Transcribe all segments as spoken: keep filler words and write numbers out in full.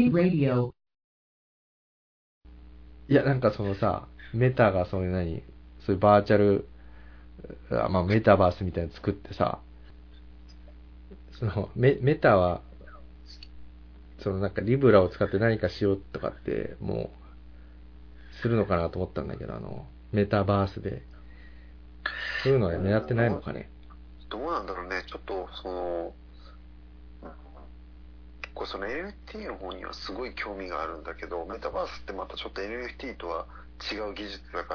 J Radio。 いや、なんかそのさ、メタがそういう何、そういうバーチャル、あまあメタバースみたいなの作ってさ、そのメメタは、そのなんかリブラを使って何かしようとかって、もう、するのかなと思ったんだけど、あの、メタバースで。そういうのは狙ってないのかね。 どうなんだろうね。ちょっと、その、結構その エヌエフティー の方にはすごい興味があるんだけど、メタバースってまたちょっと エヌエフティー とは違う技術だから、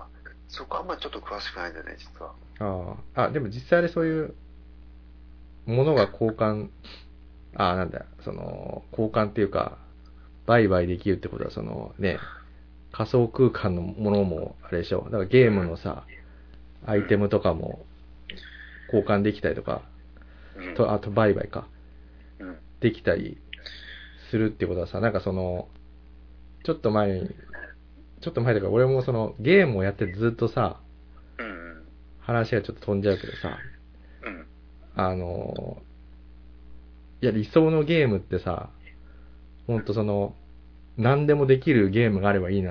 そこあんまりちょっと詳しくないんだよね、実は。 ああ、あ、でも実際でそういうものが交換、ああ、なんだ、その、交換っていうか、売買できるってことは、そのね、仮想空間のものも、あれでしょ。だからゲームのさ、アイテムとかも交換できたりとか、 うん、 とあと売買か、 うん、 できたりするってことはさ、なんかその、ちょっと前に、ちょっと前だから俺もそのゲームをやってずっとさ、 うん、 話がちょっと飛んじゃうけどさ、 うん、 あの、いや理想のゲームってさ、ほんとその、何でもできるゲームがあればいいなって、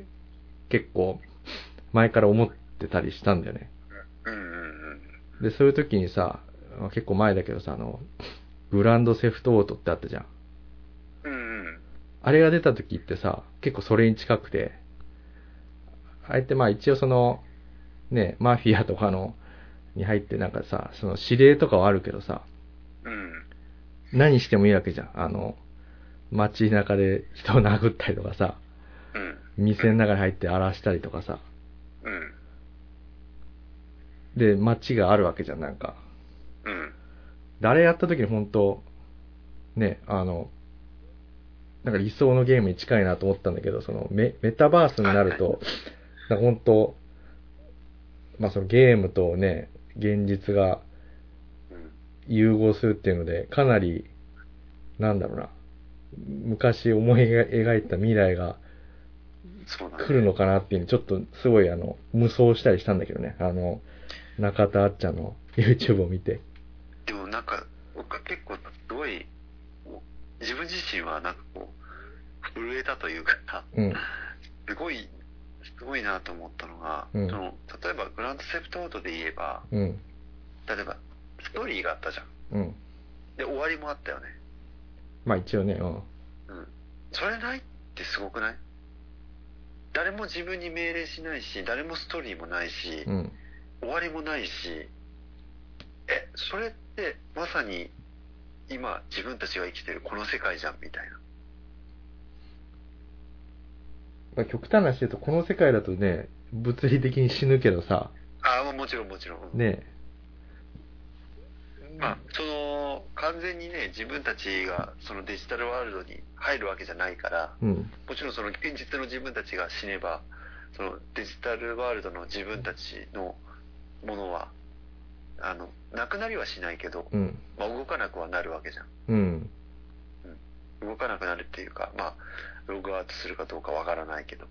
結構前から思ってたりしたんだよね。 うん、うん、 で、そういう時にさ、結構前だけどさ、あの、グランドセフトオートってあったじゃん。 うん、 あれが出た時ってさ、結構それに近くて、あれってまあ一応その、ね、マフィアとかの、に入ってなんかさ、その指令とかはあるけどさ、 うん、 何してもいいわけじゃん。あの、街中で人を殴ったりとかさ、 うん、 店の中に入って荒らしたりとかさ、 うん、 で、街があるわけじゃん、なんか。 うん、 で、あれやった時に本当ね、あの、なんか理想のゲームに近いなと思ったんだけど、そのメメタバースになると、なんか本当、まあそのゲームとね、現実が融合するっていうので、かなり、なんだろうな、昔思い描いた未来が来るのかなっていうのちょっとすごいあの、無双したりしたんだけどね、あの、中田あっちゃんの YouTube を見て。 でもなんか、僕は結構すごい、自分自身はなんかこう、震えたというか、 うん、 すごい、すごいなと思ったのが、 うん、 その例えばグランドセフトオートで言えば、 うん、 例えばストーリーがあったじゃん。 うん。 で、終わりもあったよね。 まあ一応ね、うん。 うん。それないってすごくない？誰も自分に命令しないし、誰もストーリーもないし、 うん、 終わりもないし、え、それってまさに今自分たちが生きてるこの世界じゃんみたいな。 まあ、極端な話言うと、この世界だとね、物理的に死ぬけどさ、 ああ、もちろんもちろん。 ねまあ、その、完全にね、自分たちがそのデジタルワールドに入るわけじゃないから、 うん、 もちろんその現実の自分たちが死ねば、そのデジタルワールドの自分たちのものは、あの、なくなりはしないけど、 うん、 まあ動かなくはなるわけじゃん。 うん、 うん。動かなくなるっていうか、まあ、ログアウトするかどうかわからないけど。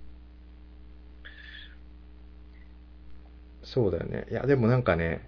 そうだよね。いや、でもなんかね、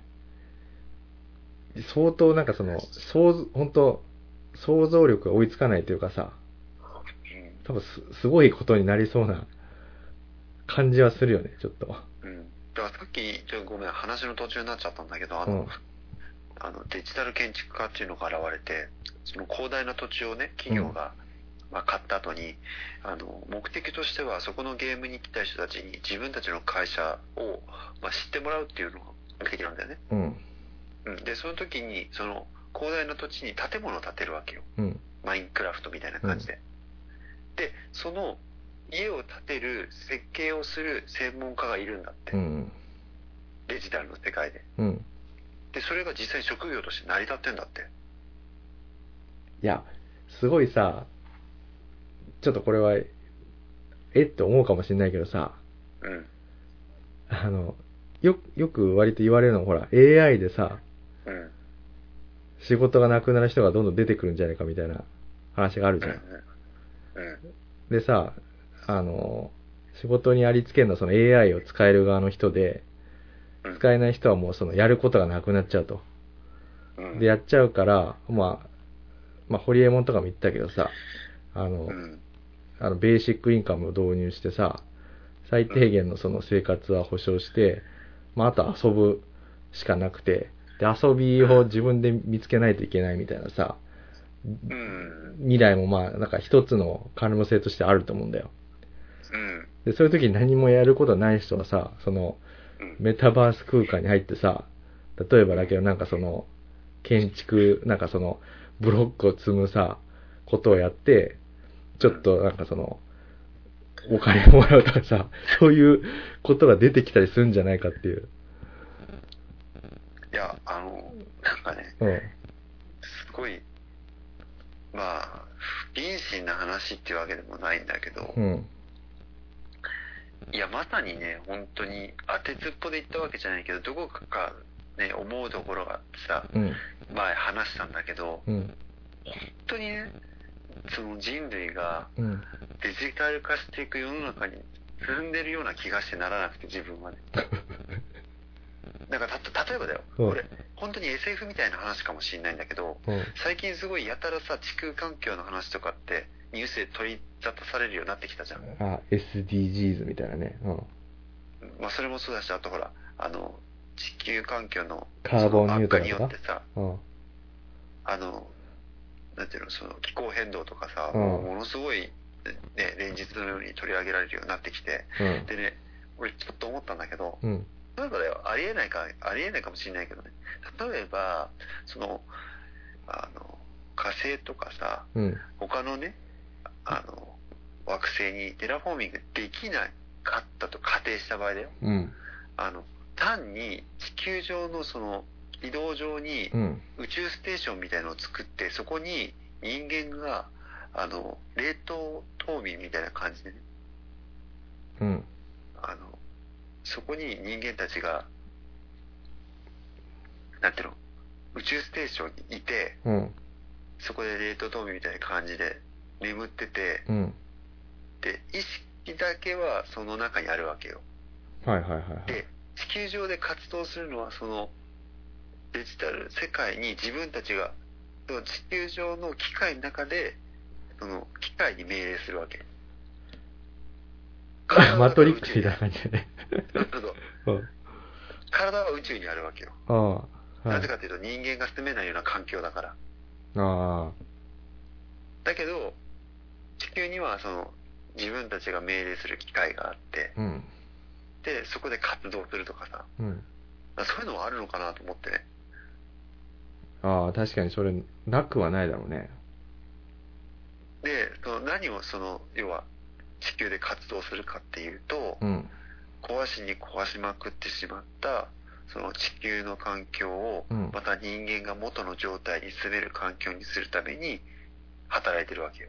相当なんかその、想本当想像力が追いつかないというかさ、多分す、すごいことになりそうな感じはするよね、ちょっと。 うん。だからさっき、ちょっとごめん、話の途中になっちゃったんだけど、あの、 うん、 あのデジタル建築家っていうのが現れて、その広大な土地をね、企業が、まあ、買った後に、あの、目的としては、そこのゲームに来た人たちに自分たちの会社を、まあ、知ってもらうっていうのが目的なんだよね。 うん、 うん。で、その時に、その、広大な土地に建物を建てるわけよ。 うん、 マインクラフトみたいな感じで。うん、で、その、家を建てる設計をする専門家がいるんだって。 うん、 デジタルの世界で。 うん。 で、それが実際職業として成り立ってんだって。 いや、すごいさ、ちょっとこれは、えって思うかもしれないけどさ、 うん。 あの、よ、よく割と言われるのは、ほら、エーアイ でさ、 うん。 仕事がなくなる人がどんどん出てくるんじゃないかみたいな話があるじゃん。 うん。うん。 でさ、あの、仕事にありつけるのはその エーアイ を使える側の人で、使えない人はもうそのやることがなくなっちゃうと。 うん、 で、やっちゃうから、まあ、まあ、ホリエモンとかも言ったけどさ、 あの、 うん、 あのベーシックインカムを導入してさ、最低限のその生活は保障して、まあ、あと遊ぶしかなくて、で、遊びを自分で見つけないといけないみたいなさ、 うん、 未来もまあ、なんか一つの可能性としてあると思うんだよ。 うん、 で、そういう時に何もやることない人はさ、その、メタバース空間に入ってさ、例えばだけどなんかその、建築、なんかその、ブロックを積むさ、ことをやって、ちょっとなんかその、お金もらうとかさ、そういうことが出てきたりするんじゃないかっていう。 いや、あの、なんかね、 うん。 すごい、まあ、不謹慎な話っていうわけでもないんだけど、 うん。 いや、まさにね、本当に当てずっぽで言ったわけじゃないけど、どこかかね、思うところがあってさ、 うん。 前話したんだけど、 うん。 本当にね、その人類がうん。 デジタル化していく世の中に進んでるような気がしてならなくて、自分はね。だからた例えばだよ、 うんこれ本当に エスエフ みたいな話かもしれないんだけど、 うん。 最近すごいやたらさ、地球環境の話とかってニュースで取り沙汰されるようになってきたじゃん。 あ、エスディージーズ みたいなね。うん。 まあそれもそうだし、あとほら、あの地球環境のカーボンニュートラルそとかの悪化によってさ、 うん。 あのなんていうの、その気候変動とかさ、 うんもうものすごいね、連日のように取り上げられるようになってきて、 うん。 でね、俺ちょっと思ったんだけど、 うん。 例えばだよ、ありえないか、ありえないかもしれないけどね、例えば、その、あの、火星とかさ、 うん。 他のね、あの、惑星にテラフォーミングできなかったと仮定した場合だよ。 うん。 あの、単に地球上のその、軌道上に宇宙ステーションみたいなのを作って、そこに人間が、あの、冷凍冬眠みたいな感じでね、 うん。 あの、そこに人間たちが、なんていうの、宇宙ステーションにいて、 うん。 そこで冷凍冬眠みたいな感じで眠ってて、 うん。 で、意識だけはその中にあるわけよ。 はいはいはいはい。 で、地球上で活動するのはそのデジタル世界に自分たちが、その地球上の機械の中で、その機械に命令するわけ。 マトリックスみたいな感じでね。 そうそう。 うん。 体は宇宙にあるわけよ。 ああ。はい。 なぜかというと人間が住めないような環境だから。 ああ。 だけど、地球にはその自分たちが命令する機械があって、 うん。 で、そこで活動するとかさ、 うん。 そういうのはあるのかなと思ってね。 ああ、確かにそれ、なくはないだろうね。 で、その何をその、要は地球で活動するかっていうと、 うん。 壊しに壊しまくってしまったその地球の環境をまた人間が元の状態に住める環境にするために働いてるわけよ。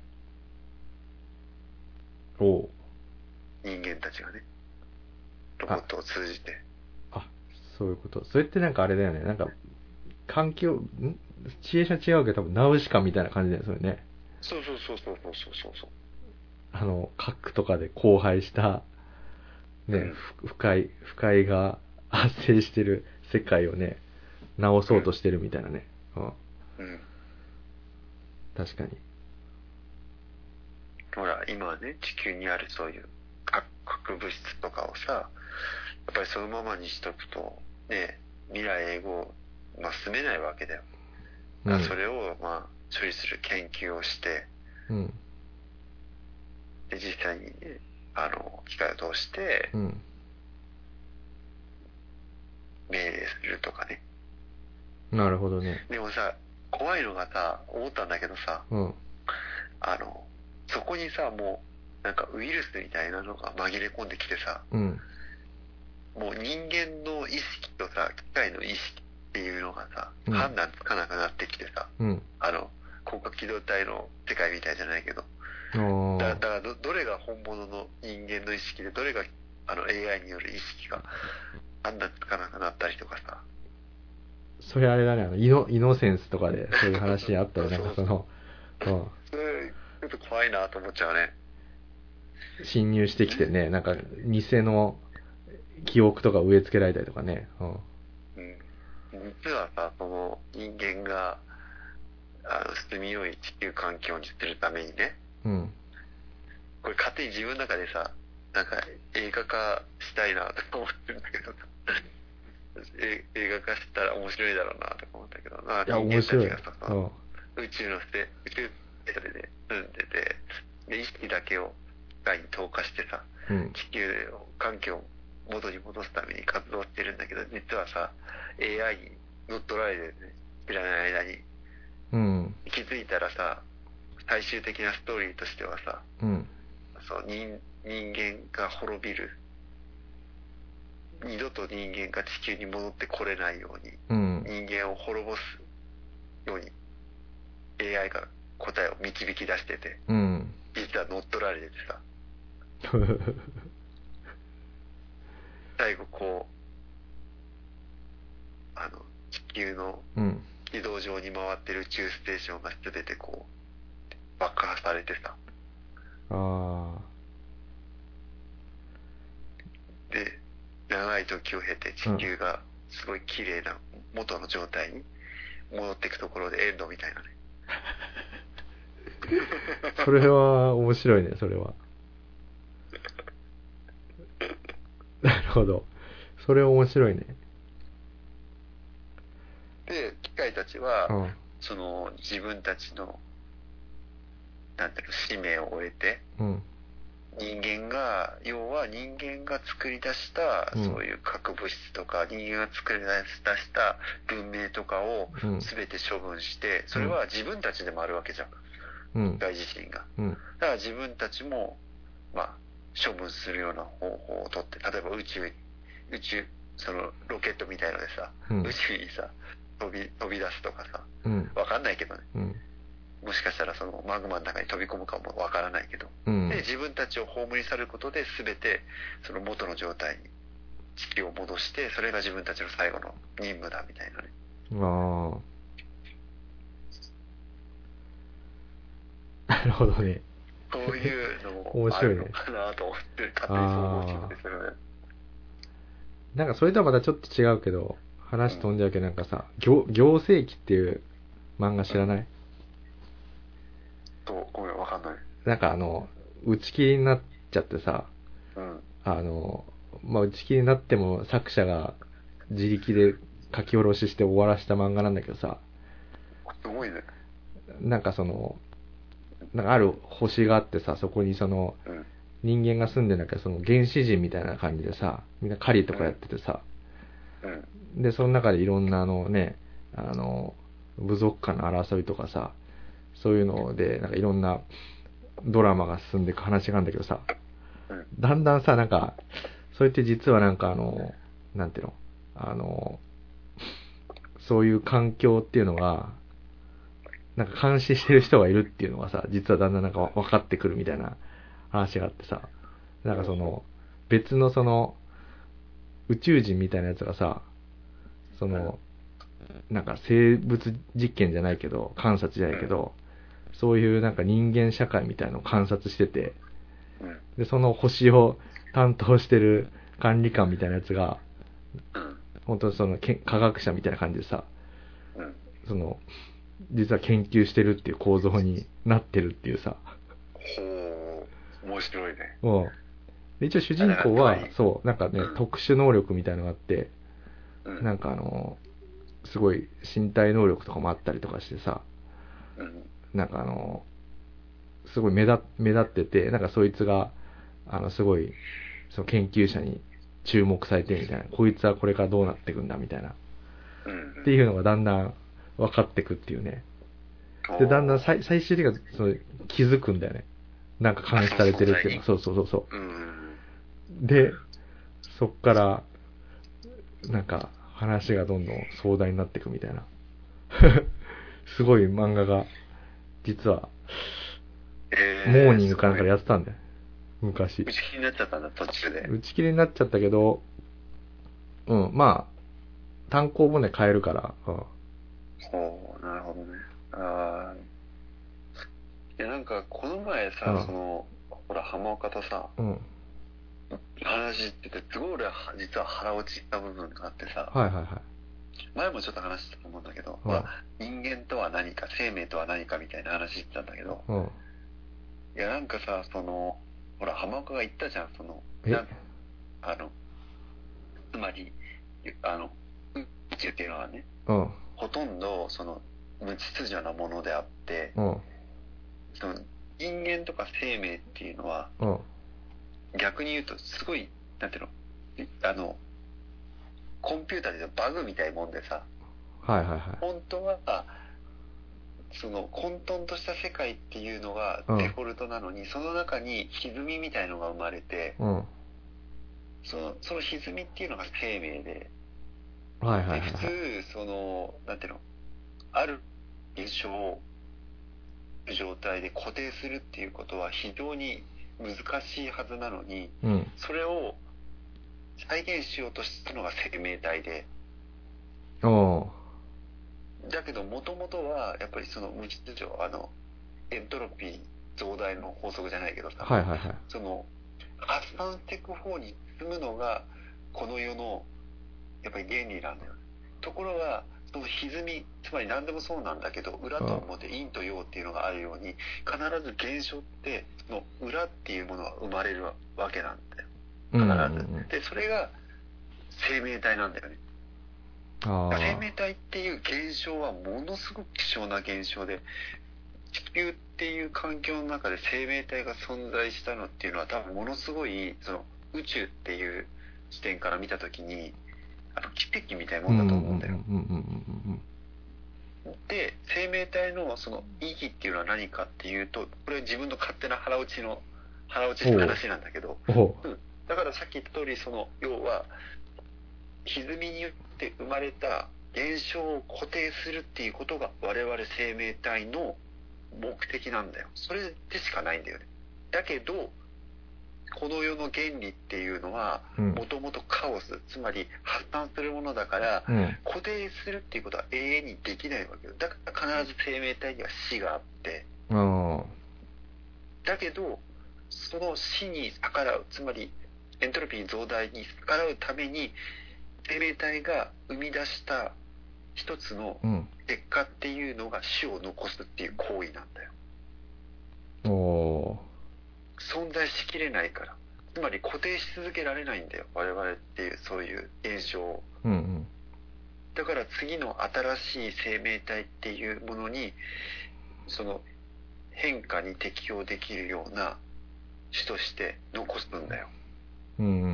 おう。 人間たちがね、ロボットを通じて。 あ、そういうこと。それってなんかあれだよね。なんか、環境、んシチュエーション違うけど多分ナウシカみたいな感じだよ、それね。 そうそうそうそうそうそうそう。 あの、核とかで荒廃した、ね、うん、不快、不快が発生してる世界をね、直そうとしてるみたいなね。うん。うん、確かに。 ほら、今はね、地球にあるそういう核物質とかをさ、やっぱりそのままにしとくと、ね、未来永劫、まあ住めないわけだよ。だからそれを、まあ、処理する研究をして、うん、で、実際にね、あの、機械を通して、うん、命令するとかね。 なるほどね。 でもさ、怖いのがさ、思ったんだけどさ、うん、あの、そこにさ、もう、なんかウイルスみたいなのが紛れ込んできてさ、うん、もう人間の意識とさ、機械の意識っていうのがさ、うん、判断つかなくなってきてさ、うん、あの、広角機動隊の世界みたいじゃないけど、だ, だから ど, どれが本物の人間の意識でどれがあの エーアイ による意識が判断つかなくなったりとかさ、 それあれだね、あのイ ノ, イノセンスとかでそういう話あったよね。なんかその、 うん、それちょっと怖いなと思っちゃうね。 侵入してきてね、なんか偽の記憶とか植え付けられたりとかね、うん、うん、 実はさ、その人間があの住みよい地球環境にするためにね、 うん。 これ勝手に自分の中でさ、なんか映画化したいなとか思ってるんだけどえ映画化したら面白いだろうなとか思ったけど、まあ、 いや、 人間た面白い。 ちがさ、 うん。 宇宙のせ宇宙ステーションでね住んでて、で意識だけを機械に投下してさ、 うん。 地球の環境を元に戻すために活動してるんだけど、実はさ エーアイ に乗っ取られてね、知らない間にうん。 気づいたらさ、最終的なストーリーとしてはさ、 うん。 そう人人間が滅びる、二度と人間が地球に戻ってこれないように、 うん。 人間を滅ぼすように エーアイ が答えを導き出してて、 うん。 実は乗っ取られててさ、最後こうあの地球のうん。 軌道上に回ってる宇宙ステーションが全てこう爆破されてさ、 あで長い時を経て地球がすごい綺麗な元の状態に戻っていくところでエンドみたいなね。 あ。それは面白いね、それは。なるほど。それは面白いね。 で機械たちは、 うん。 その自分たちのなんていうの使命を終えて、 うん。 人間が要は人間が作り出した、 うんそういう核物質とか人間が作り出した文明とかをうん全て処分して、それは自分たちでもあるわけじゃん、 うん。 機械自身が。 うん。 だから自分たちもまあ処分するような方法をとって、例えば宇宙宇宙そのロケットみたいのでさ、 うん宇宙にさ飛び飛び出すとかさ、 うん。 わかんないけどね、 うん。 もしかしたらそのマグマの中に飛び込むかもわからないけど、 うん。 で自分たちを葬り去ることで全てその元の状態に地球を戻して、それが自分たちの最後の任務だみたいなね。 ああ。なるほどね。 こういうのも面白いねあるのかなと思って勝手に想像してるんですよね。 なんかそれとはまたちょっと違うけど、話飛んじゃうけど、なんかさ、行行政記っていう漫画知らない？うんと、ごめん、わかんない。 なんかあの、打ち切りになっちゃってさ、 うん。 あの、まあ、打ち切りになっても作者が自力で書き下ろしして終わらした漫画なんだけどさ、 すごいね。 なんかその、なんかある星があってさ、そこにその、 うん。 人間が住んでなきゃその原始人みたいな感じでさ、みんな狩りとかやっててさ、 うん。 で、その中でいろんなあのね、あの、部族間の争いとかさ、そういうので、なんかいろんなドラマが進んでいく話があるんだけどさ、 うん。 だんだんさ、なんか、それって実はなんかあの、なんていうの、あの、そういう環境っていうのが、なんか監視してる人がいるっていうのがさ、実はだんだんなんか分かってくるみたいな話があってさ、なんかその、別のその、宇宙人みたいなやつがさ、その、なんか生物実験じゃないけど、観察じゃないけど、そういうなんか人間社会みたいなのを観察してて、 うん。 で、その星を担当してる管理官みたいなやつが、 うん。 本当にそのけ科学者みたいな感じでさ、 うん。 その、実は研究してるっていう構造になってるっていうさ、 ほう、面白いね。 うん。で一応主人公は、そう、なんかね、 うん特殊能力みたいなのがあって、 うん。 なんかあの、すごい身体能力とかもあったりとかしてさ、 うん。 なんかあの、すごい目立目立ってて、なんかそいつが、あの、すごい、その研究者に注目されてみたいな、こいつはこれからどうなっていくんだみたいな、 うん。 っていうのがだんだん分かってくっていうね。で、だんだん最最終的にはその気づくんだよね。なんか監視されてるっていうの。そうそうそうそう。 うん。 で、そっから、なんか話がどんどん壮大になっていくみたいな。すごい漫画が、実は、 えー、 モーニングかなんかでやってたんだよ。昔。 打ち切りになっちゃったんだ、途中で。 打ち切りになっちゃったけど、うん、まあ、単行本で買えるから、うん。 ほう、なるほどね。ああ。いや、なんか、この前さ、 うんその、ほら、浜岡とさ、 うん。 話してて、すごい俺は実は腹落ちした部分があってさ、 はいはいはい。 前もちょっと話したと思うんだけど、 うんまあ、人間とは何か、生命とは何かみたいな話してたんだけど、 うん。 いやなんかさ、そのほら浜岡が言ったじゃん、そのえなあのつまりあの宇宙っていうのはね、 うん。 ほとんどその無秩序なものであって、 うん。 その人間とか生命っていうのはうん。 逆に言うとすごいなんていうの、あのコンピューターで言うとバグみたいもんでさ、 はいはいはい。 本当はその混沌とした世界っていうのがうんデフォルトなのに、その中に歪みみたいのが生まれて、 うん。 そのその歪みっていうのが生命で、 はいはいで普はいはい。 通そのなんていうの、ある現象を状態で固定するっていうことは非常に難しいはずなのに、 うん。 それを再現しようとしたのが生命体で、 おー。 だけどもともとはやっぱりその無秩序、あのエントロピー増大の法則じゃないけどさ、 はいはいはい。 その発散していく方に進むのがこの世のやっぱり原理なんだよ。ところがその歪み、つまり何でもそうなんだけど、裏と表、陰と陽っていうのがあるように、必ず現象ってその裏っていうものは生まれるわけなんだよ、必ず。 うんうんうん、 でそれが生命体なんだよね。 あ生命体っていう現象はものすごく希少な現象で、地球っていう環境の中で生命体が存在したのっていうのは多分ものすごいその宇宙っていう視点から見たときにあの奇跡みたいなもんだと思うんだよ。で生命体のその意義っていうのは何かっていうと、これは自分の勝手な腹落ちの腹落ちの話なんだけど、うん、だからさっき言った通り、その要は歪みによって生まれた現象を固定するっていうことが我々生命体の目的なんだよ。それでしかないんだよね。だけどこの世の原理っていうのはもともとカオス、つまり発散するものだから、うん、固定するっていうことは永遠にできないわけよ。だから必ず生命体には死があって、うん、だけどその死に逆らう、つまりエントロピー増大に逆らうために生命体が生み出した一つの結果っていうのが死を残すっていう行為なんだよ。 うん、お存在しきれないから、つまり固定し続けられないんだよ、我々っていうそういう現象を、うんうん、だから次の新しい生命体っていうものにその変化に適応できるような種として残すんだよ、うんうんうん、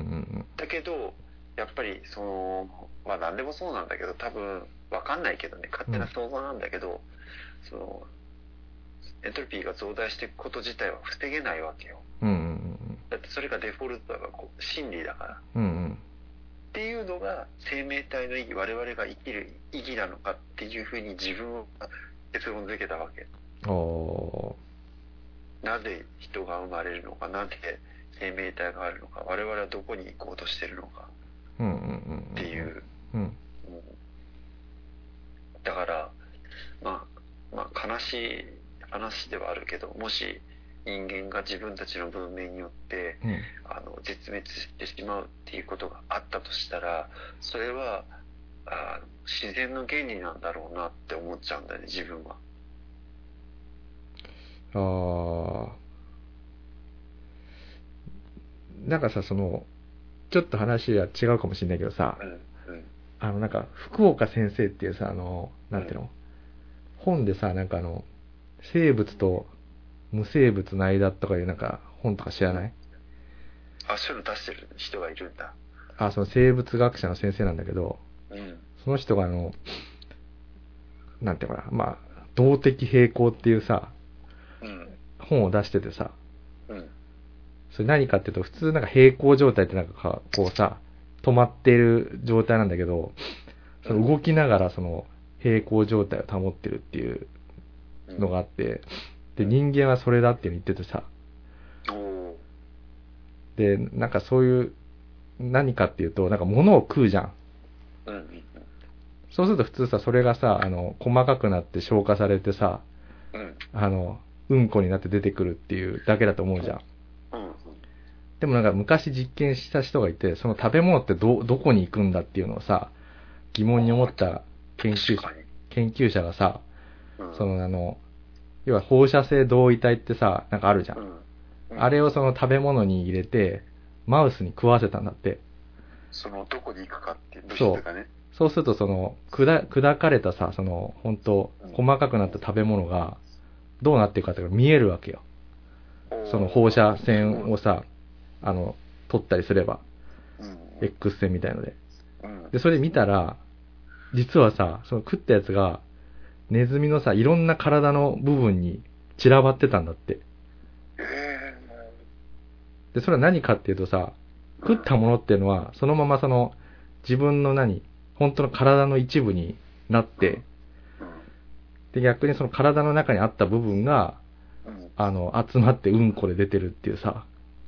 だけどやっぱりそのまあ何でもそうなんだけど、多分分かんないけどね、勝手な想像なんだけど、うん、そのエントロピーが増大していくこと自体は防げないわけよ、うんうんうん、だってそれがデフォルトだから、こう真理だから、うんうん、っていうのが生命体の意義、我々が生きる意義なのかっていうふうに自分を結論づけたわけ。おなぜ人が生まれるのか、なぜ生命体があるのか、我々はどこに行こうとしてるのかっていう、うんうん、だからまあまあ悲しい話ではあるけど、もし人間が自分たちの文明によって、うん、あの絶滅してしまうっていうことがあったとしたら、それはあ自然の原理なんだろうなって思っちゃうんだよね、自分は。 あなんかさ、そのちょっと話は違うかもしれないけどさ、うんうん、あのなんか福岡先生っていうさ、あのなんていうの、うん、本でさ、なんかあの生物と無生物の間とかいうなんか本とか知らない？ あ、そういうの出してる人がいるんだ。 あ、その生物学者の先生なんだけど、うん、その人があのなんていうかな、まあ動的平衡っていうさ、うん、本を出しててさ、うん、それ何かっていうと、普通なんか平衡状態ってなんかこうさ、止まっている状態なんだけど、その動きながらその平衡状態を保ってるっていうのがあって、で人間はそれだっていうの言っててさ、でなんかそういう何かっていうと、なんか物を食うじゃん。そうすると普通さ、それがさ、あの細かくなって消化されてさ、あのうんこになって出てくるっていうだけだと思うじゃん。でもなんか昔実験した人がいて、その食べ物ってどどこに行くんだっていうのをさ、疑問に思った研究者研究者がさ、そのあの要は放射性同位体ってさ、なんかあるじゃん。 うんうん、 あれをその食べ物に入れて、マウスに食わせたんだって。 その、どこに行くかっていう物質がね。 そう。そうすると、その、砕、砕かれたさ、その、本当細かくなった食べ物が、どうなっていくかっていうのが見えるわけよ。その放射線をさ、あの、取ったりすれば。うん、X 線みたいので。うん、で、それで見たら、実はさ、その食ったやつが、ネズミのさ、いろんな体の部分に散らばってたんだって。で、それは何かっていうとさ、食ったものっていうのは、そのままその、自分の何、本当の体の一部になって、で、逆にその体の中にあった部分が、あの、集まってうんこで出てるっていうさ。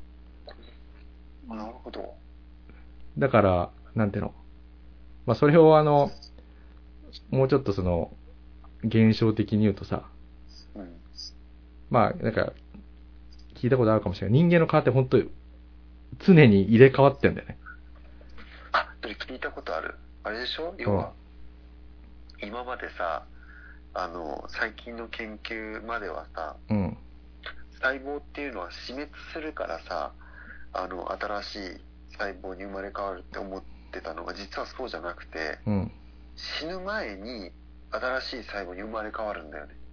なるほど。 だから、なんていうの。まあ、それをあの、もうちょっとその、現象的に言うとさ、うん、まあ、なんか、聞いたことあるかもしれない。人間の体って本当に常に入れ替わってんだよね。 あ、それ聞いたことある。あれでしょ？要は、うん、今までさ、あの、最近の研究まではさ、うん、細胞っていうのは死滅するからさ、あの、新しい細胞に生まれ変わるって思ってたのが、実はそうじゃなくて、うん、死ぬ前に新しい細胞に生まれ変わるんだよね。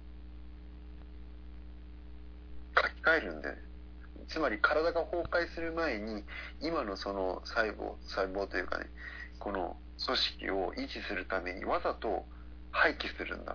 書き換えるんだよね。つまり体が崩壊する前に今のその細胞細胞というかね、この組織を維持するためにわざと廃棄するんだって。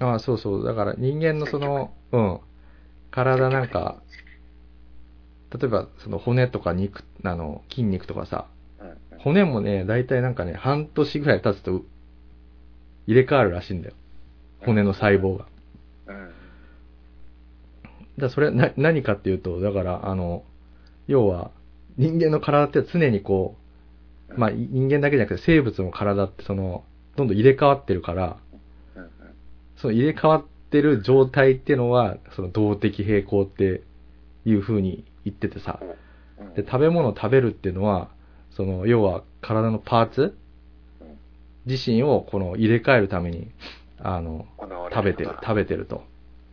ああ、そうそう。だから人間のそのうん体なんか、例えばその骨とか肉、あの筋肉とかさ、うんうん、骨もね、だいたいなんかね、半年ぐらい経つと入れ替わるらしいんだよ。骨の細胞が。うんうん、だそれな何かっていうと、だからあの要は人間の体って常にこう、まあ人間だけじゃなくて生物の体ってそのどんどん入れ替わってるから、その入れ替わってる状態っていうのはその動的平衡っていう風に言っててさ、で食べ物を食べるっていうのはその要は体のパーツ自身をこの入れ替えるためにあの食べてる食べてると。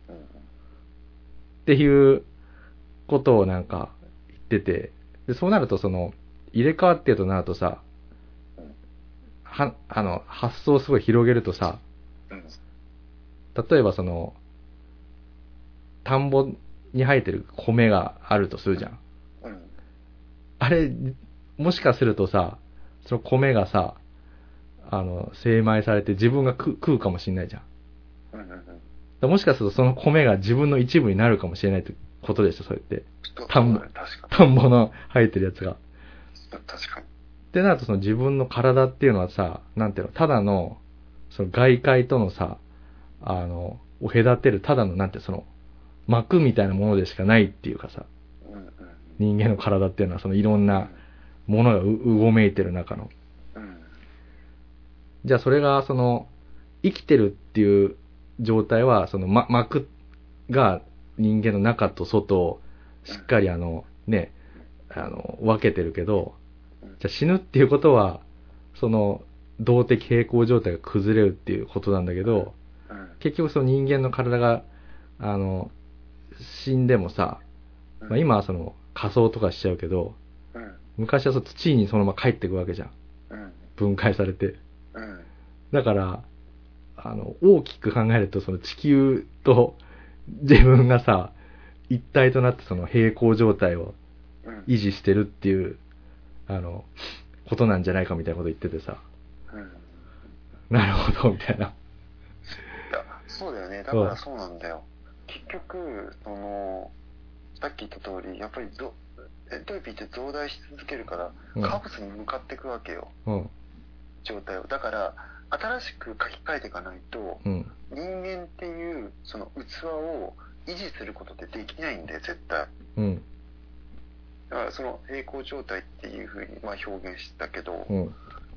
っていうことをなんか言ってて、でそうなるとその入れ替わってるとなるとさ、はあの発想をすごい広げるとさ、例えばその田んぼに生えてる米があるとするじゃん。あれもしかするとさ、その米がさ、あの精米されて自分が食うかもしれないじゃん。もしかするとその米が自分の一部になるかもしれないってことでしょ、それって。田んぼ、田んぼの生えてるやつが。 確かに。 ってなるとその自分の体っていうのはさ、なんていうの、ただの、その外界とのさ、あの、を隔てるただの、なんてその、膜みたいなものでしかないっていうかさ、うんうん、人間の体っていうのはそのいろんなものがううごめいてる中の。うん、じゃあそれがその、生きてるっていう状態は、その、ま、膜が人間の中と外をしっかりあの、ね、あの、分けてるけど、じゃあ死ぬっていうことは、その、動的平衡状態が崩れるっていうことなんだけど、結局その人間の体が、あの、死んでもさ、まあ、今はその仮想とかしちゃうけど、昔はその土にそのまま帰っていくわけじゃん。分解されて。だから、あの、大きく考えると、その地球と自分がさ、一体となってその平行状態を維持してるっていう、あの、ことなんじゃないかみたいなこと言っててさ。うん、なるほど、みたいな。いや、そうだよね。だからそうなんだよ。結局、その、さっき言った通り、やっぱりど、エントロピーって増大し続けるから、うん、カオスに向かっていくわけよ。うん、状態を。だから、新しく書き換えていかないと、うん、人間っていうその器を維持することってできないんだよ、絶対。うん、だからその平行状態っていうふうにまあ表現してたけど、うん、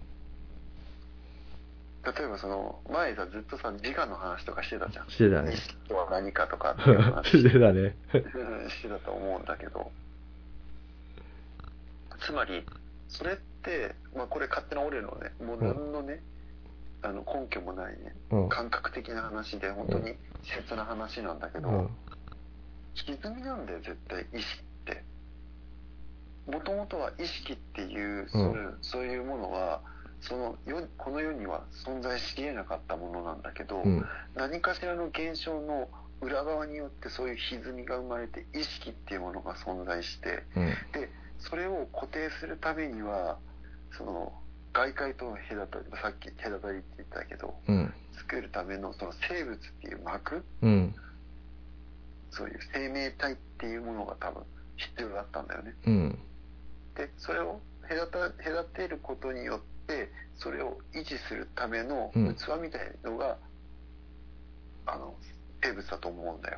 例えばその前さずっとさ自我の話とかしてたじゃん。 してたね。 意識とは何かとかっていう話してたね。 してたと思うんだけど、つまりそれって、まあ、これ勝手な俺のね、もう何のね、 あの根拠もないね、 うん、 感覚的な話で本当に切な話なんだけど、うん、歪みなんだよ絶対意識って。もともとは意識っていう、うん、そういう、そういうものはその世この世には存在し得なかったものなんだけど、うん、何かしらの現象の裏側によってそういう歪みが生まれて意識っていうものが存在して、うん、でそれを固定するためにはその外界との隔たり、さっき隔たりって言ったけど、うん、作るためのその生物っていう膜、うん、そういう生命体っていうものが多分必要だったんだよね、うん、でそれを隔た隔てることによってそれを維持するための器みたいのが、うん、あの生物だと思うんだよ。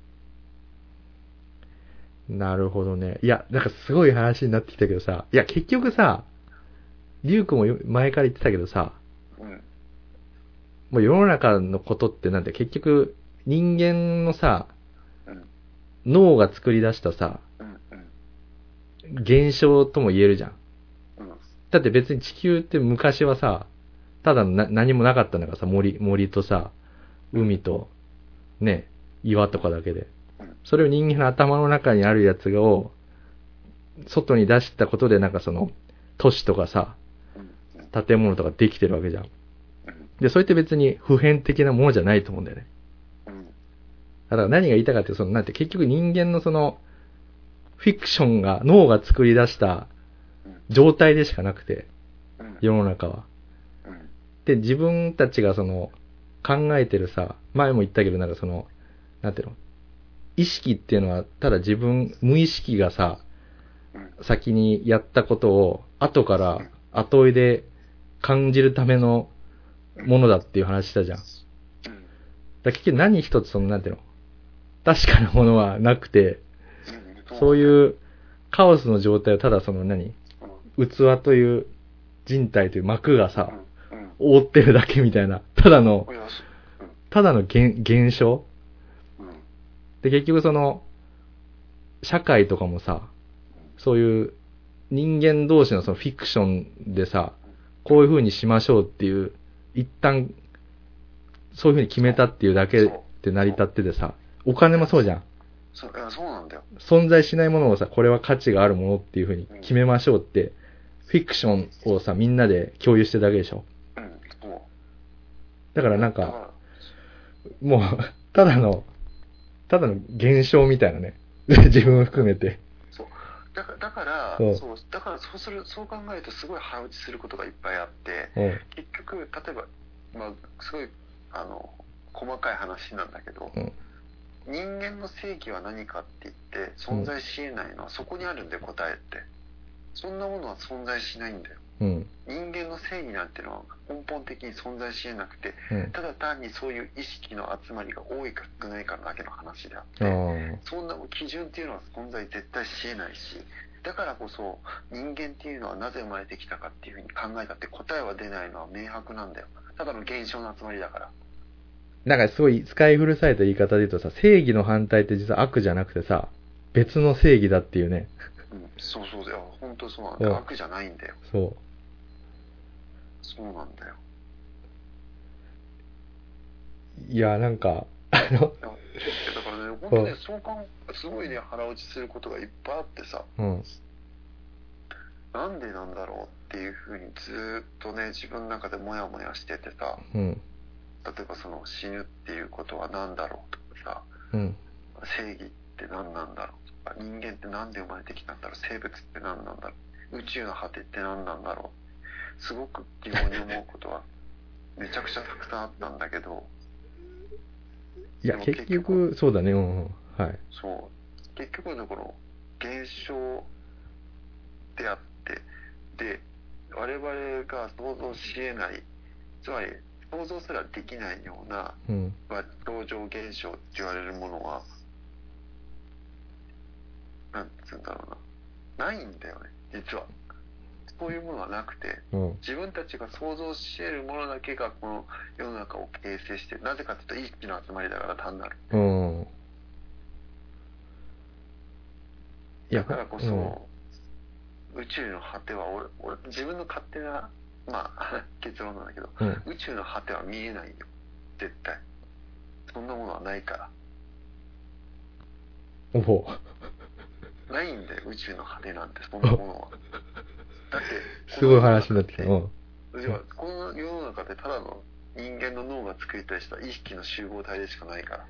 なるほどね。いや、なんかすごい話になってきたけどさ、いや結局さ、リュウ君も前から言ってたけどさ、うん、もう世の中のことってなんて結局人間のさ、うん、脳が作り出したさ、うんうん、現象とも言えるじゃん、うん。だって別に地球って昔はさ、ただのな何もなかったんだからさ、森、森とさ、海と、ね、岩とかだけで。それを人間の頭の中にあるやつを、外に出したことでなんかその、都市とかさ、建物とかできてるわけじゃん。で、それって別に普遍的なものじゃないと思うんだよね。だから何が言いたかって、その、なんて結局人間のその、フィクションが、脳が作り出した状態でしかなくて、世の中は。で、自分たちがその、考えてるさ、前も言ったけどなんかその、なんていうの、意識っていうのはただ自分、無意識がさ、先にやったことを後から後追いで感じるためのものだっていう話したじゃん。だ結局何一つそのなんていうの確かなものはなくて、そういうカオスの状態をただその何器という人体という膜がさ覆ってるだけみたいな、ただのただの現、現象で結局その社会とかもさ、そういう人間同士のそのフィクションでさ、こういう風にしましょうっていう一旦そういう風に決めたっていうだけで成り立っててさ、お金もそうじゃん。 そう、いやそうなんだよ。 存在しないものをさ、これは価値があるものっていう風に決めましょうって、うん、フィクションをさみんなで共有してるだけでしょ。うん、そう。だからなんかもうただのただの現象みたいなね。自分を含めて。 そう。だから、だから、そう、そうだからそうする、そう考えるとすごい腹落ちすることがいっぱいあって、うん、結局、例えば、まあ、すごい、あの、細かい話なんだけど、うん、人間の正義は何かって言って存在し得ないのはそこにあるんだよ、答えって。そんなものは存在しないんだよ。うん、人間の正義なんてのは根本的に存在し得なくて、うん、ただ単にそういう意識の集まりが多いか少ないかだけの話であって、そんな基準っていうのは存在絶対し得ないし、だからこそ人間っていうのはなぜ生まれてきたかっていうふうに考えたって答えは出ないのは明白なんだよ。ただの現象の集まりだから。 なんかすごい使い古された言い方で言うとさ、正義の反対って実は悪じゃなくてさ、別の正義だっていうね。 うん、そうそうだよ。本当そうなんだよ。悪じゃないんだよ。 そう。 そうなんだよ。 いや、なんか、あの、 だからね、本当ね、そうかすごいね、腹落ちすることがいっぱいあってさ、うん、なんでなんだろうっていうふうにずっとね、自分の中でモヤモヤしててさ、うん、例えばその死ぬっていうことは何だろうとかさ、うん、正義って何なんだろうとか、人間ってなんで生まれてきたんだろう、生物って何なんだろう、宇宙の果てって何なんだろう、すごく疑問に思うことはめちゃくちゃたくさんあったんだけど、 いや結局そうだね、うん、はい。 そう結局のこの現象であって、で我々が想像し得ない、つまり想像すらできないような、うん、まあ、超常現象って言われるものはなんつうんだろうな、ないんだよね実は。そういうものはなくて、うん、自分たちが想像し得るものだけがこの世の中を形成して、なぜかというと意識の集まりだから単なる、うん、だからこそ、うん、宇宙の果ては俺俺自分の勝手なまあ結論なんだけど、 うん、 宇宙の果ては見えないよ、絶対。そんなものはないから。 おお。 ないんだよ、宇宙の果てなんて、そんなものは。だって、 すごい話になってきた。うん。 じゃあこの世の中でただの人間の脳が作りたりした意識の集合体でしかないから。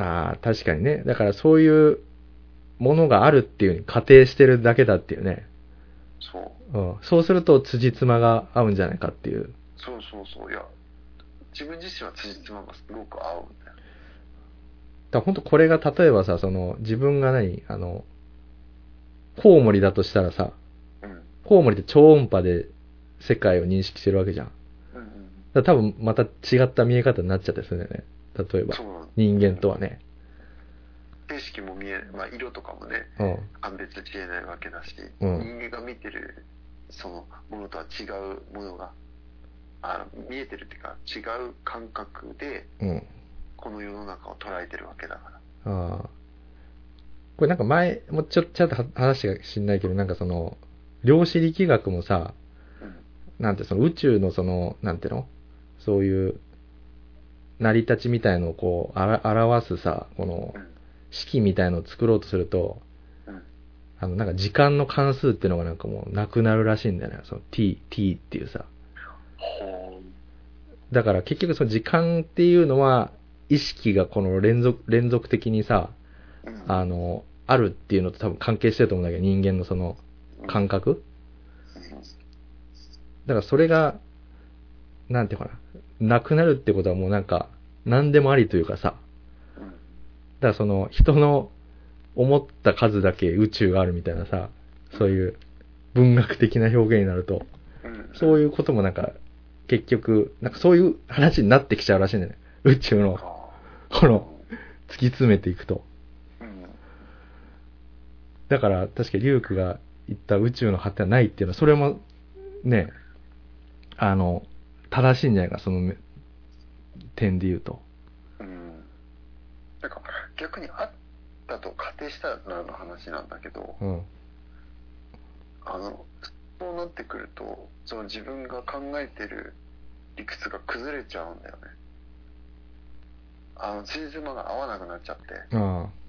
ああ、確かにね。だからそういうものがあるっていうに仮定してるだけだっていうね。 そう。 うん。そうすると辻褄が合うんじゃないかっていう。 そうそうそう。いや、自分自身は辻褄がすごく合うんだよ。 だから本当これが例えばさ、その自分が何あの、コウモリだとしたらさ、うん、コウモリって超音波で世界を認識してるわけじゃん。うんうん、だから多分また違った見え方になっちゃったりするんだよね。例えば人間とはね。 景色も見え、まあ、色とかもね、うん、判別しえないわけだし、うん、人間が見てるそのものとは違うものがあ見えてるっていうか違う感覚で、うん、この世の中を捉えてるわけだから。ああ。 これなんか前もちょっとちょっと話がしんないけど、なんかその量子力学もさ、うん、なんてその宇宙のそのなんていうのそういう成り立ちみたいのをこうあら表すさこの式みたいのを作ろうとすると、うん、あのなんか時間の関数っていうのがなんかもうなくなるらしいんだよね。その t t っていうさ。だから結局その時間っていうのは意識がこの連続連続的にさ、うん、あのあるっていうのと多分関係してると思うんだけど、人間のその感覚。だからそれがなんていうかな、なくなるってことはもうなんか何でもありというかさ、だからその人の思った数だけ宇宙があるみたいなさ、そういう文学的な表現になると、そういうこともなんか結局なんかそういう話になってきちゃうらしいんだよね。宇宙のこの突き詰めていくと。だから確かリュウクが言った宇宙の果てはないっていうのはそれもね、あの正しいんじゃないか、その点で言うと。 うん。なんか逆にあったと仮定したらの話なんだけど、うん、あのそうなってくるとその自分が考えてる理屈が崩れちゃうんだよね。あの辻褄が合わなくなっちゃって。ああ。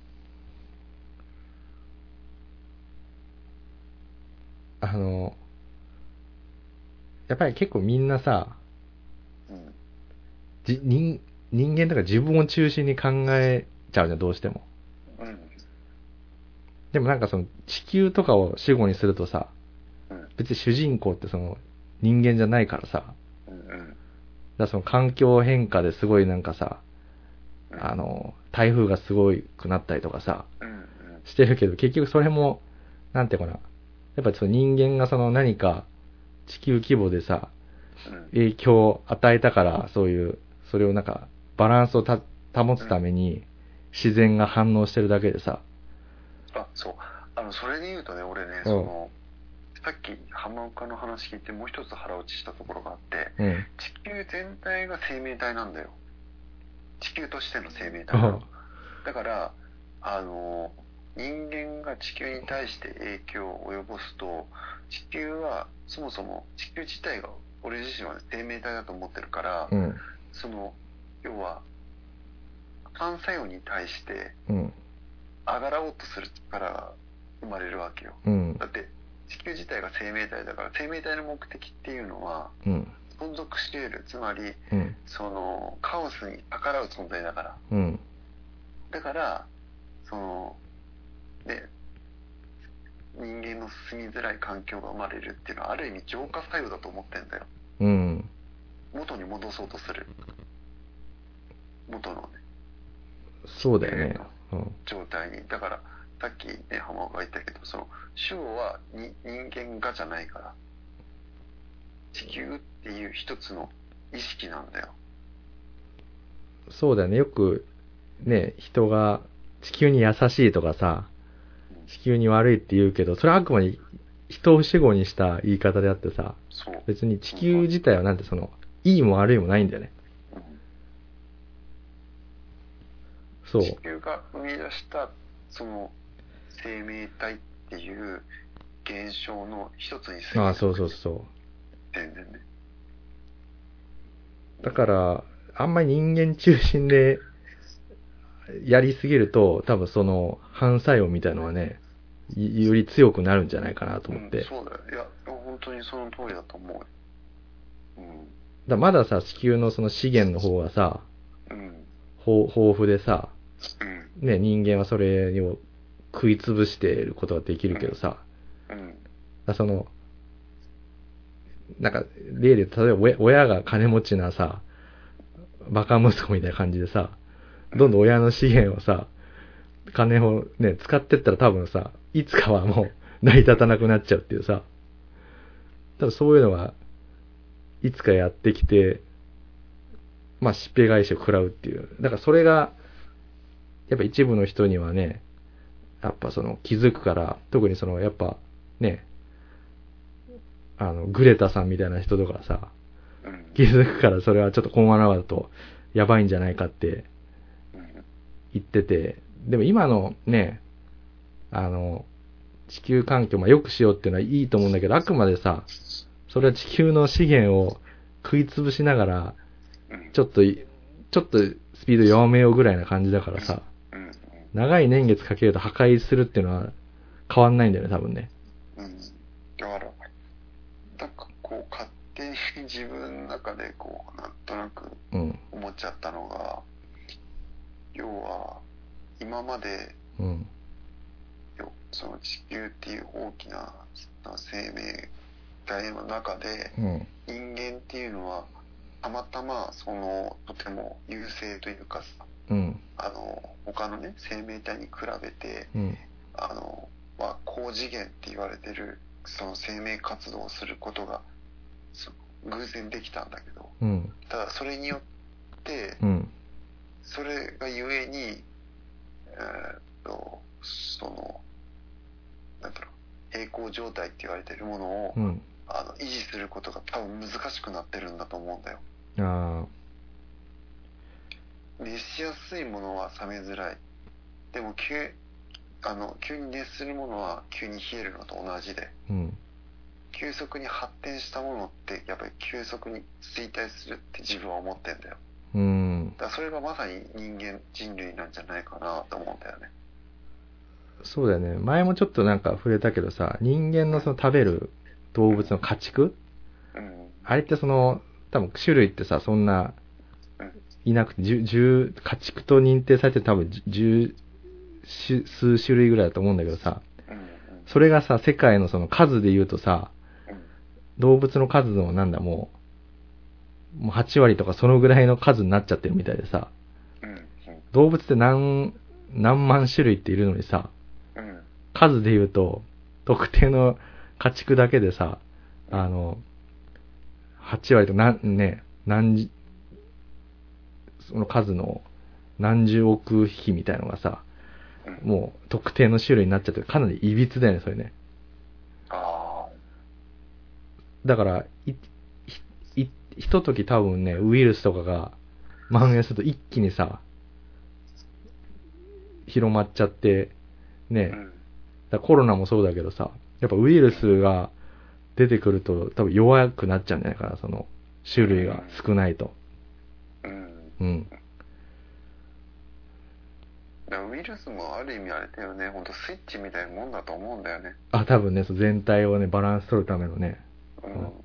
あのやっぱり結構みんなさ、うん、じ 人, 人間とか自分を中心に考えちゃうじゃん、どうしても、うん、でもなんかその地球とかを主語にするとさ、うん、別に主人公ってその人間じゃないからさ、うんうん、だからその環境変化ですごいなんかさ、うん、あの台風がすごくなったりとかさ、うんうん、してるけど結局それもなんていうかな、やっぱりその人間がその何か地球規模でさ、影響を与えたから、そういう、それをなんか、バランスをた保つために、自然が反応してるだけでさ。 あ、そう。あの、それで言うとね、俺ね、その、さっき浜岡の話聞いてもう一つ腹落ちしたところがあって、うん、地球全体が生命体なんだよ。地球としての生命体なの。だから、あの、人間が地球に対して影響を及ぼすと、地球はそもそも地球自体が俺自身は生命体だと思ってるから、うん、その要は反作用に対してあがらおうとする力が生まれるわけよ、うん、だって地球自体が生命体だから生命体の目的っていうのは、うん、存続し得る、つまり、うん、そのカオスに逆らう存在だから、うん、だからそので人間の住みづらい環境が生まれるっていうのはある意味浄化作用だと思ってんだよ、うん、元に戻そうとする元のねそうだよね、 うん、状態に。だからさっきね浜岡が言ったけど、その主語はに人間がじゃないから地球っていう一つの意識なんだよ。 そうだよね。よくね人が地球に優しいとかさ、地球に悪いって言うけど、それはあくまで人を主語にした言い方であってさ、別に地球自体はなんてそのいいも悪いもないんだよね、うん、 そう地球が生み出したその生命体っていう現象の一つに過ぎああ、そうそうそう。 全然ね。 だから、あんまり人間中心でやりすぎると、多分その反作用みたいのはね、より強くなるんじゃないかなと思って。 うん、そうだよ。いや、本当にその通りだと思うよ。うん。 だまださ、地球のその資源の方がさ、 うん。 豊富でさ、 うん。 ね、人間はそれを食いつぶしていることができるけどさ、 うん。 だその、なんか、例で、例えば親親が金持ちなさ、バカ息子みたいな感じでさ、どんどん親の資源をさ、金をね、使ってったら多分さ、いつかはもう成り立たなくなっちゃうっていうさ、多分そういうのが、いつかやってきて、まあ、しっぺ返しを食らうっていう。だからそれが、やっぱ一部の人にはね、やっぱその気づくから、特にその、やっぱね、あの、グレタさんみたいな人とかさ、気づくからそれはちょっと今後だとやばいんじゃないかって言ってて、でも今のね、あの、地球環境を良くしようっていうのはいいと思うんだけど、あくまでさ、それは地球の資源を食いつぶしながら、ちょっと、ちょっとスピード弱めようぐらいな感じだからさ、長い年月かけると破壊するっていうのは変わんないんだよね、多分ね。 うん。だから、なんかこう、勝手に自分の中でこう、なんとなく思っちゃったのが、うん、要は、今まで、うん、その地球っていう大きな生命体の中で、うん、人間っていうのはたまたまそのとても優勢というかさ、うん、あの他のね生命体に比べて、うん、あの、まあ、高次元って言われてるその生命活動をすることが偶然できたんだけど、うん、ただそれによって、うん、それがゆえに、えー、っとそのなんだろう平行状態って言われてるものを、うん、あの維持することが多分難しくなってるんだと思うんだよ。あ熱しやすいものは冷めづらい。でも急あの急に熱するものは急に冷えるのと同じで、うん、急速に発展したものってやっぱり急速に衰退するって自分は思ってんだよ。うん、だからそれがまさに人間人類なんじゃないかなと思うんだよね。 そうだよね。前もちょっとなんか触れたけどさ、人間のその食べる動物の家畜、うん、あれってその多分種類ってさそんないなくてじゅう家畜と認定されて多分十数種類ぐらいだと思うんだけどさ、うん、それがさ世界のその数で言うとさ、うん、動物の数のなんだもうもうはち割とかそのぐらいの数になっちゃってるみたいでさ、うんうん、動物って何何万種類っているのにさ、うん、数で言うと特定の家畜だけでさ、あのはち割と何ね何その数の何十億匹みたいなのがさ、うん、もう特定の種類になっちゃってかなりいびつだよねそれね。あだからいいいひととき多分ねウイルスとかが蔓延すると一気にさ広まっちゃってね、うん、だコロナもそうだけどさ、やっぱウイルスが出てくると多分弱くなっちゃうんじゃないかな、その種類が少ないと。うん。うん。 ウイルスもある意味あれだよね、ほんとスイッチみたいなもんだと思うんだよね。 あ、多分ね、全体をねバランス取るためのね。 うん。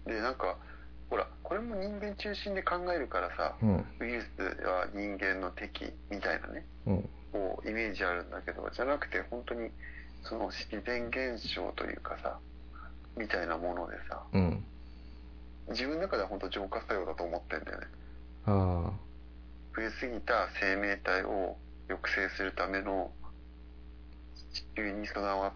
でなんかほらこれも人間中心で考えるからさ、うん、ウイルスは人間の敵みたいなね、うん、こうイメージあるんだけど、じゃなくて本当にその自然現象というかさみたいなものでさ、うん、自分の中では本当浄化作用だと思ってんだよね。あ増えすぎた生命体を抑制するための地球に備わった、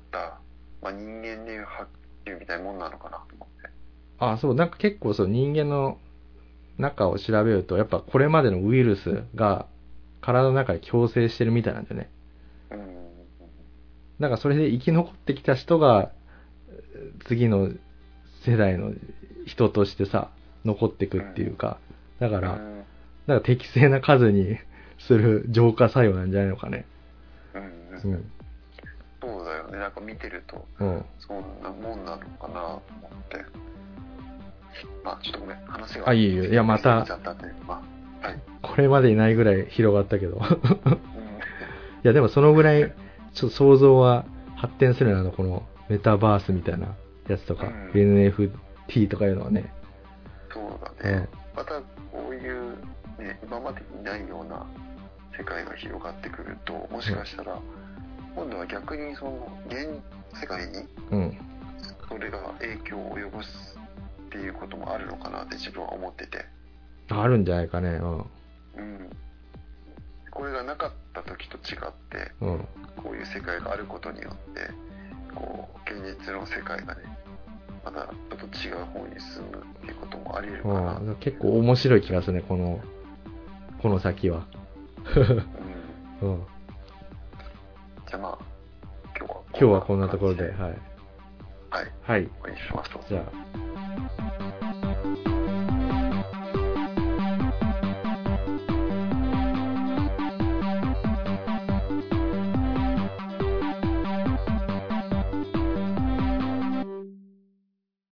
まあ、人間でいう白球みたいなもんなのかなと思って。 ああそう、なんか結構そう人間の中を調べるとやっぱこれまでのウイルスが体の中で共生してるみたいなんだよね。うん。だからそれで生き残ってきた人が次の世代の人としてさ残っていくっていうか、だから、うん、だから適正な数にする浄化作用なんじゃないのかね。うん。うん、 そうだよね。なんか見てると、 うん。 そんなもんなのかなと思って。まあちょっとごめん、話が。 あ、いいよ。いや、また、 ちゃったんで、まあ、はい。 これまでにないぐらい広がったけど。いうんや、でもそのぐらい、ちょっと想像は発展するなの、このメタバースみたいなやつとか、 うんエヌエフティー とかいうのはね。 そうだね。またこういうね、今までにないような世界が広がってくると、もしかしたら、今度は逆にその現世界にうん。 それが影響を及ぼすっていうこともあるのかなって自分は思ってて、 あるんじゃないかね。うん。 うん、これがなかった時と違ってうん。 こういう世界があることによってこう現実の世界がねまたちょっと違う方に進むっていうこともあり得るかな、 うん、結構面白い気がするね、この、この先は。 うん、 うん。 じゃあまあ今日は今日はこんなところで、はい。 はい、 はい。 終わりにしましょう。 じゃあ。